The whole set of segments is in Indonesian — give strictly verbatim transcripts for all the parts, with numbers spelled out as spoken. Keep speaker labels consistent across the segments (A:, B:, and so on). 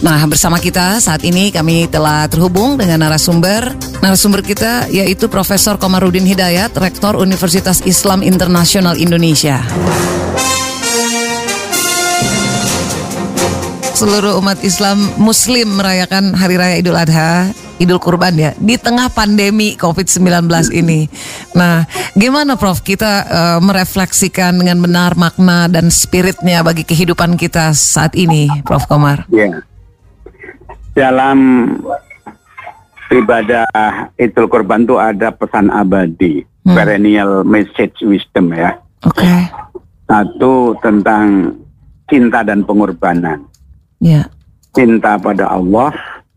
A: Nah, bersama kita saat ini kami telah terhubung dengan narasumber. Narasumber kita yaitu Profesor Komarudin Hidayat, Rektor Universitas Islam Internasional Indonesia. Seluruh umat Islam Muslim merayakan Hari Raya Idul Adha, Idul Kurban ya, di tengah pandemi covid sembilan belas ini. Nah, gimana Prof kita uh, merefleksikan dengan benar makna dan spiritnya bagi kehidupan kita saat ini, Prof Komar?
B: Ya, dalam ibadah Idul Kurban itu ada pesan abadi, hmm. perennial message wisdom ya.
A: Oke. Okay.
B: Satu tentang cinta dan pengorbanan.
A: Ya.
B: Cinta pada Allah,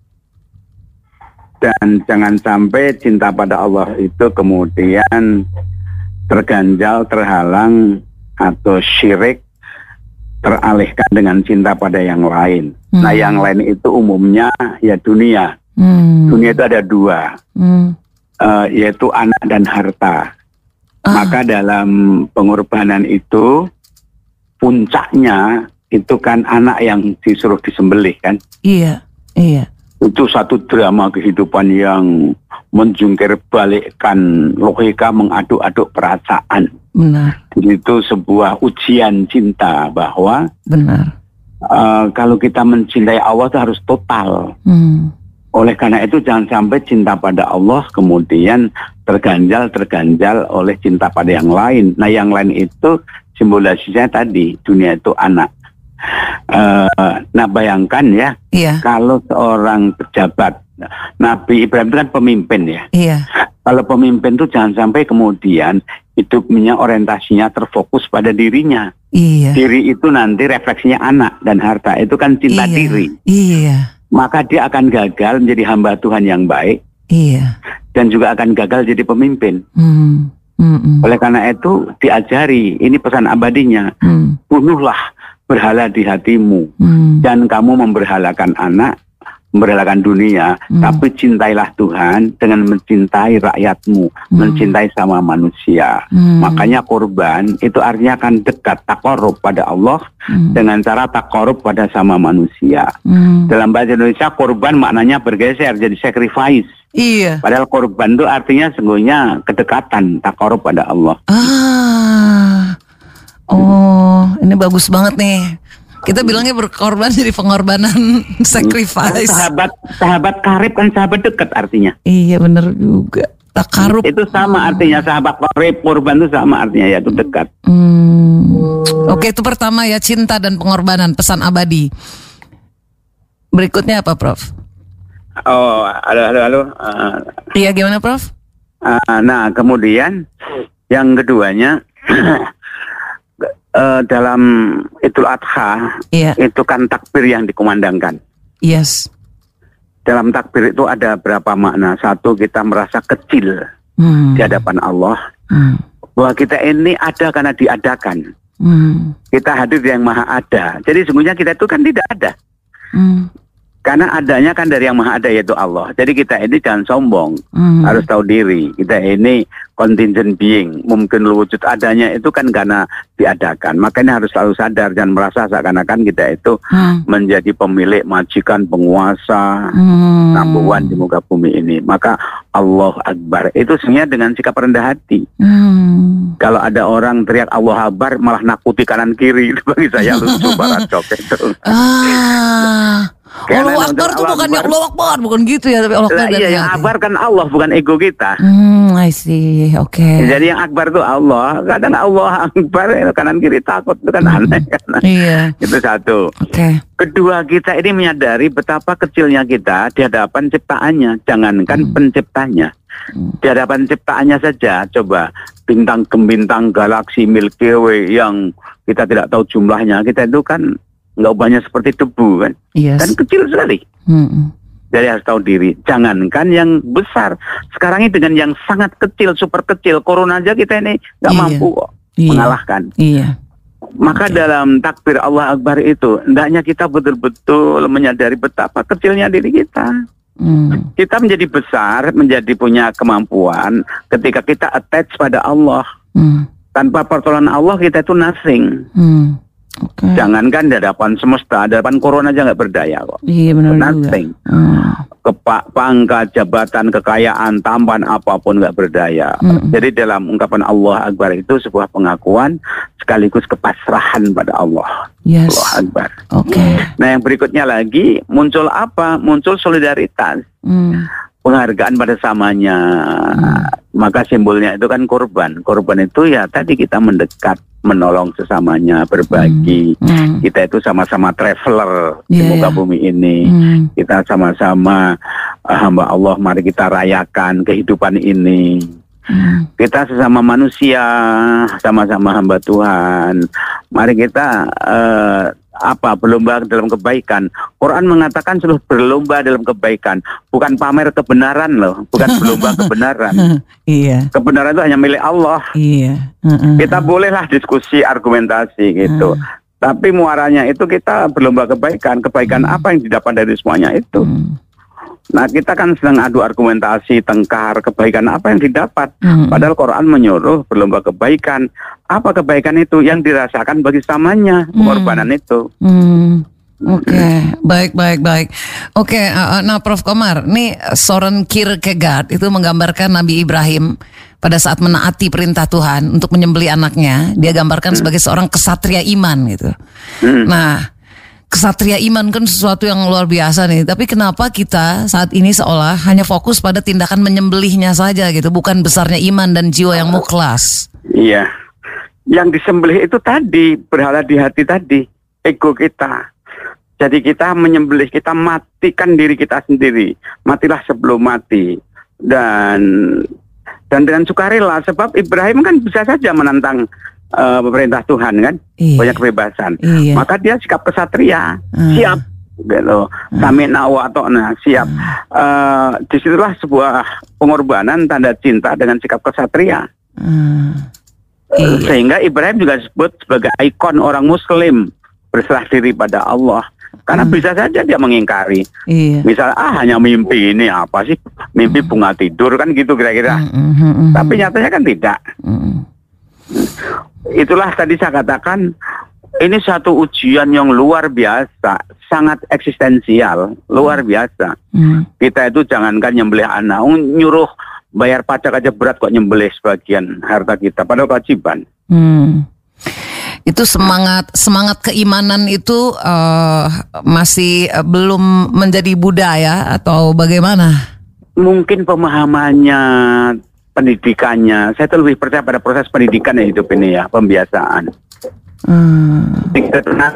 B: dan jangan sampai cinta pada Allah itu kemudian terganjal, terhalang atau syirik, teralihkan dengan cinta pada yang lain. Hmm. Nah, yang lain itu umumnya ya dunia. Hmm. Dunia itu ada dua, hmm. uh, yaitu anak dan harta. Ah. Maka dalam pengorbanan itu puncaknya itu kan anak yang disuruh disembelih kan? Iya, iya. Itu satu drama kehidupan yang menjungkir balikkan logika, mengaduk-aduk perasaan. Benar. Itu sebuah ujian cinta bahwa benar. Uh, kalau kita mencintai Allah itu harus total. Hmm. Oleh karena itu jangan sampai cinta pada Allah kemudian terganjal terganjal oleh cinta pada yang lain. Nah, yang lain itu simbolisasinya tadi dunia itu anak. Uh, nah bayangkan ya, iya. Kalau seorang pejabat, Nabi Ibrahim itu kan pemimpin ya. Iya. Kalau pemimpin itu jangan sampai kemudian hidupnya orientasinya terfokus pada dirinya. Iya. Diri itu nanti refleksinya anak, dan harta itu kan cinta iya. diri. Iya. Maka dia akan gagal menjadi hamba Tuhan yang baik. Iya. Dan juga akan gagal jadi pemimpin. Hmm. Mm-mm. Oleh karena itu diajari, ini pesan abadinya, mm. bunuhlah berhala di hatimu, mm. dan kamu memberhalakan anak, memberhalakan dunia, mm. tapi cintailah Tuhan dengan mencintai rakyatmu, mm. mencintai sama manusia. Mm. Makanya korban itu artinya akan dekat, takorup pada Allah, mm. dengan cara takorup pada sama manusia. Mm. Dalam bahasa Indonesia korban maknanya bergeser jadi sacrifice. Iya. Padahal korban itu artinya sesungguhnya kedekatan, takorup pada Allah. Ah, oh, ini bagus banget nih. Kita bilangnya berkorban jadi pengorbanan, sacrifice. Sahabat, sahabat karib kan sahabat dekat artinya. Iya, benar juga. Takarub itu sama artinya, sahabat karib, korban itu sama artinya, yaitu dekat. Hmm. Oke, itu pertama ya, cinta dan pengorbanan, pesan abadi. Berikutnya apa, Prof? Oh, halo, halo, halo. Uh, iya, gimana, Prof? Uh, nah, kemudian yang keduanya uh, dalam Idul Adha, iya. itu kan takbir yang dikumandangkan. Yes. Dalam takbir itu ada berapa makna? Satu, kita merasa kecil hmm. di hadapan Allah. Hmm. Bahwa kita ini ada karena diadakan. Hmm. Kita hadir yang maha ada. Jadi sesungguhnya kita itu kan tidak ada. Hmm. Karena adanya kan dari yang maha ada, yaitu Allah. Jadi kita ini jangan sombong, mm. harus tahu diri. Kita ini contingent being, mungkin wujud adanya itu kan karena diadakan. Makanya harus selalu sadar dan merasa seakan-akan kita itu mm. menjadi pemilik, majikan, penguasa, mm. number one di muka bumi ini. Maka Allah Akbar itu sebenarnya dengan sikap rendah hati. Mm. Kalau ada orang teriak Allah Akbar malah nakuti kanan kiri, itu bagi saya lucu banget coket itu. Ah. Allah Akbar itu bukannya Allah Akbar, bukan gitu ya, tapi Allah Akbar. Iya, yang Akbar kan Allah, bukan ego kita. Hmm, I see, oke. Okay. Jadi yang Akbar itu Allah, kadang Allah Akbar kanan kiri takut, itu kan aneh kan. Iya. Itu satu. Oke. Okay. Kedua, kita ini menyadari betapa kecilnya kita di hadapan ciptaannya, jangankan hmm. penciptanya. Hmm. Di hadapan ciptaannya saja, coba bintang gembintang galaksi Milky Way yang kita tidak tahu jumlahnya, kita itu kan nggak banyak seperti debu kan, yes. kan kecil sekali. Mm-mm. Jadi harus tahu diri. Jangankan yang besar, sekarang ini dengan yang sangat kecil, super kecil, corona aja kita ini nggak iya. mampu kok iya. mengalahkan. Iya. Maka okay. dalam takbir Allah Akbar itu, hendaknya kita betul-betul menyadari betapa kecilnya diri kita. Mm. Kita menjadi besar, menjadi punya kemampuan ketika kita attach pada Allah. Mm. Tanpa pertolongan Allah kita itu nothing. Mm. Okay. Jangankan di hadapan semesta, di hadapan corona aja nggak berdaya kok.
A: Iya benar
B: Nothing.
A: juga. Hmm.
B: Kepak, pangkat, jabatan, kekayaan, tampan apapun nggak berdaya. Hmm. Jadi dalam ungkapan Allah Akbar itu sebuah pengakuan sekaligus kepasrahan pada Allah.
A: Yes.
B: Allah Akbar.
A: Oke. Okay.
B: Nah yang berikutnya lagi muncul apa? Muncul solidaritas. Hmm. Penghargaan pada samanya. Hmm. Maka simbolnya itu kan korban. Korban itu ya tadi kita mendekat, menolong sesamanya, berbagi. Hmm. Hmm. Kita itu sama-sama traveler yeah, di muka yeah. bumi ini. Hmm. Kita sama-sama uh, hamba Allah, mari kita rayakan kehidupan ini. Hmm. Kita sesama manusia, sama-sama hamba Tuhan. Mari kita uh, apa berlomba dalam kebaikan. Quran mengatakan suruh berlomba dalam kebaikan, bukan pamer kebenaran loh, bukan berlomba kebenaran. Iya. Kebenaran itu hanya milik Allah. Iya. Uh-uh. Kita bolehlah diskusi, argumentasi gitu. Uh. Tapi muaranya itu kita berlomba kebaikan. Kebaikan uh. apa yang didapat dari semuanya itu? Uh. Nah kita kan sedang adu argumentasi, tengkar, kebaikan apa yang didapat. Hmm. Padahal Quran menyuruh berlomba kebaikan. Apa kebaikan itu? Yang dirasakan bagi samanya, pengorbanan hmm. itu. Hmm.
A: Oke, okay. baik, baik, baik. Oke, okay, uh, nah Prof Komar, nih Soren Kierkegaard itu menggambarkan Nabi Ibrahim pada saat menaati perintah Tuhan untuk menyembelih anaknya. Dia gambarkan hmm. sebagai seorang kesatria iman gitu. Hmm. Nah, kesatria iman kan sesuatu yang luar biasa nih. Tapi kenapa kita saat ini seolah hanya fokus pada tindakan menyembelihnya saja gitu, bukan besarnya iman dan jiwa yang mukhlas?
B: Iya, yang disembelih itu tadi berhala di hati tadi, ego kita. Jadi kita menyembelih, kita matikan diri kita sendiri. Matilah sebelum mati. Dan dan dengan sukarela, sebab Ibrahim kan bisa saja menantang Uh, perintah Tuhan kan, iya. banyak kebebasan. Iya. Maka dia sikap kesatria, uh. siap, gitu. Uh. Sami'na wa ata'na, siap. Uh. Uh, disitulah sebuah pengorbanan tanda cinta dengan sikap kesatria. Uh. Iya. Sehingga Ibrahim juga disebut sebagai ikon orang Muslim berserah diri pada Allah. Karena uh. bisa saja dia mengingkari. Iya. Misalnya ah hanya mimpi ini apa sih? Mimpi uh. bunga tidur kan gitu kira-kira. Uh, uh, uh, uh. Tapi nyatanya kan tidak. Uh. Itulah tadi saya katakan ini satu ujian yang luar biasa, sangat eksistensial, luar biasa. Hmm. Kita itu jangankan nyembelih anak, nyuruh bayar pajak aja berat kok nyembelih sebagian harta kita, padahal kewajiban. Hmm.
A: Itu semangat semangat keimanan itu uh, masih uh, belum menjadi budaya atau bagaimana?
B: Mungkin pemahamannya, pendidikannya, saya tuh lebih percaya pada proses pendidikan ya hidup ini ya, pembiasaan. Hmm. Kita tenang,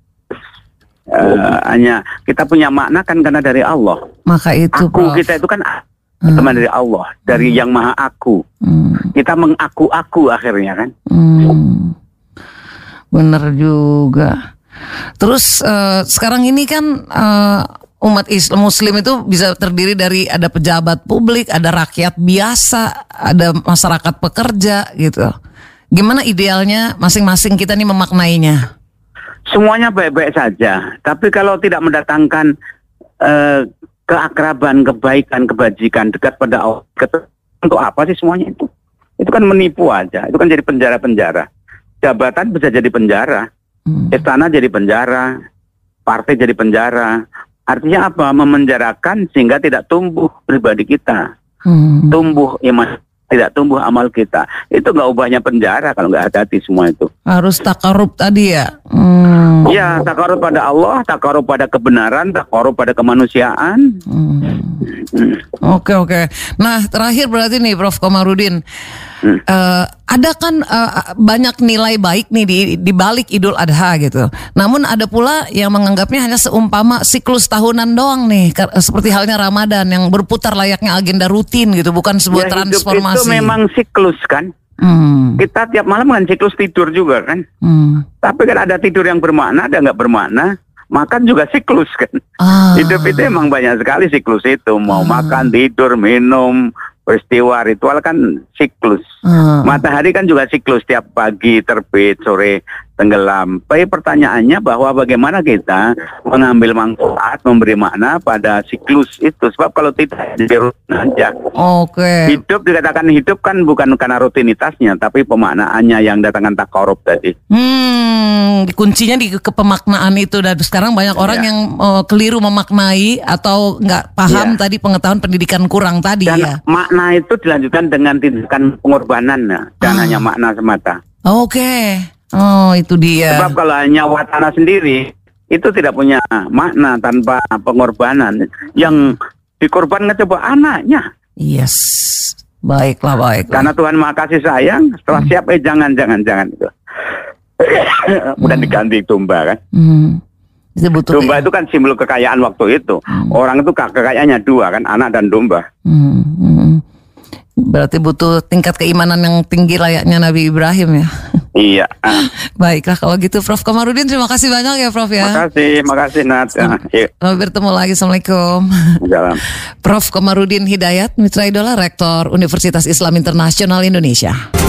B: uh, hanya kita punya makna kan karena dari Allah.
A: Maka itu
B: aku Prof. Kita itu kan hmm. teman dari Allah, dari hmm. yang maha aku. Hmm. Kita mengaku-aku akhirnya kan.
A: Hmm. Bener juga. Terus uh, sekarang ini kan uh, umat Islam Muslim itu bisa terdiri dari ada pejabat publik, ada rakyat biasa, ada masyarakat pekerja gitu. Gimana idealnya masing-masing kita nih memaknainya?
B: Semuanya baik-baik saja, tapi kalau tidak mendatangkan uh, keakraban, kebaikan, kebajikan dekat pada Allah, untuk apa sih semuanya itu? Itu kan menipu aja, itu kan jadi penjara-penjara. Jabatan bisa jadi penjara, hmm. istana jadi penjara, partai jadi penjara. Artinya apa? Memenjarakan sehingga tidak tumbuh pribadi kita. Hmm. Tumbuh iman, tidak tumbuh amal kita. Itu nggak ubahnya penjara kalau nggak hati-hati semua itu.
A: Harus takarub tadi ya? Hmm.
B: Ya, takarub pada Allah, takarub pada kebenaran, takarub pada kemanusiaan. Hmm.
A: Hmm. Oke, oke. Nah, terakhir berarti nih Prof Komarudin. Hmm. Uh, ada kan uh, banyak nilai baik nih di, di balik Idul Adha gitu. Namun ada pula yang menganggapnya hanya seumpama siklus tahunan doang nih, seperti halnya Ramadan yang berputar layaknya agenda rutin gitu, bukan sebuah ya, transformasi. Hidup itu memang siklus kan. Hmm. Kita tiap malam kan siklus tidur juga kan. Hmm. Tapi kan ada tidur yang bermakna, ada nggak bermakna. Makan juga siklus kan. Ah. Hidup itu emang banyak sekali siklus itu. Mau ah. makan, tidur, minum, peristiwa ritual kan siklus. Ah. Matahari kan juga siklus, tiap pagi terbit, sore
B: tenggelam. Tapi pertanyaannya bahwa bagaimana kita mengambil manfaat, memberi makna pada siklus itu. Sebab kalau tidak, jadi rutin aja.
A: Oke.
B: Hidup dikatakan hidup kan bukan karena rutinitasnya, tapi pemaknaannya yang datangkan takarub tadi.
A: Hmm, kuncinya di kepemaknaan itu. Dan sekarang banyak orang
B: Ya.
A: yang uh, keliru memaknai atau nggak paham
B: Ya.
A: tadi, pengetahuan pendidikan kurang tadi.
B: Dan
A: ya.
B: makna itu dilanjutkan dengan tindakan pengorbanan, ya. Dan
A: Ah.
B: hanya makna semata.
A: Oke. Oh, itu dia.
B: Sebab kalau hanya wacana sendiri, itu tidak punya makna tanpa pengorbanan. Yang dikorbankan coba anaknya.
A: Yes. Baiklah, baiklah.
B: Karena Tuhan Maha Kasih sayang, setelah siap, eh jangan, jangan, jangan. Kemudian diganti domba kan.
A: Hmm. Itu butuh.
B: Domba
A: ya.
B: itu kan simbol kekayaan waktu itu. Orang itu kekayaannya dua kan, anak dan domba.
A: Hmm, hmm. Berarti butuh tingkat keimanan yang tinggi layaknya Nabi Ibrahim ya.
B: Iya.
A: Baiklah kalau gitu Prof Komarudin, terima kasih banyak ya Prof ya.
B: Makasih, makasih Nat.
A: Sampai bertemu lagi. Assalamualaikum.
B: Jalan.
A: Prof Komarudin Hidayat, Mitra Idola, Rektor Universitas Islam Internasional Indonesia.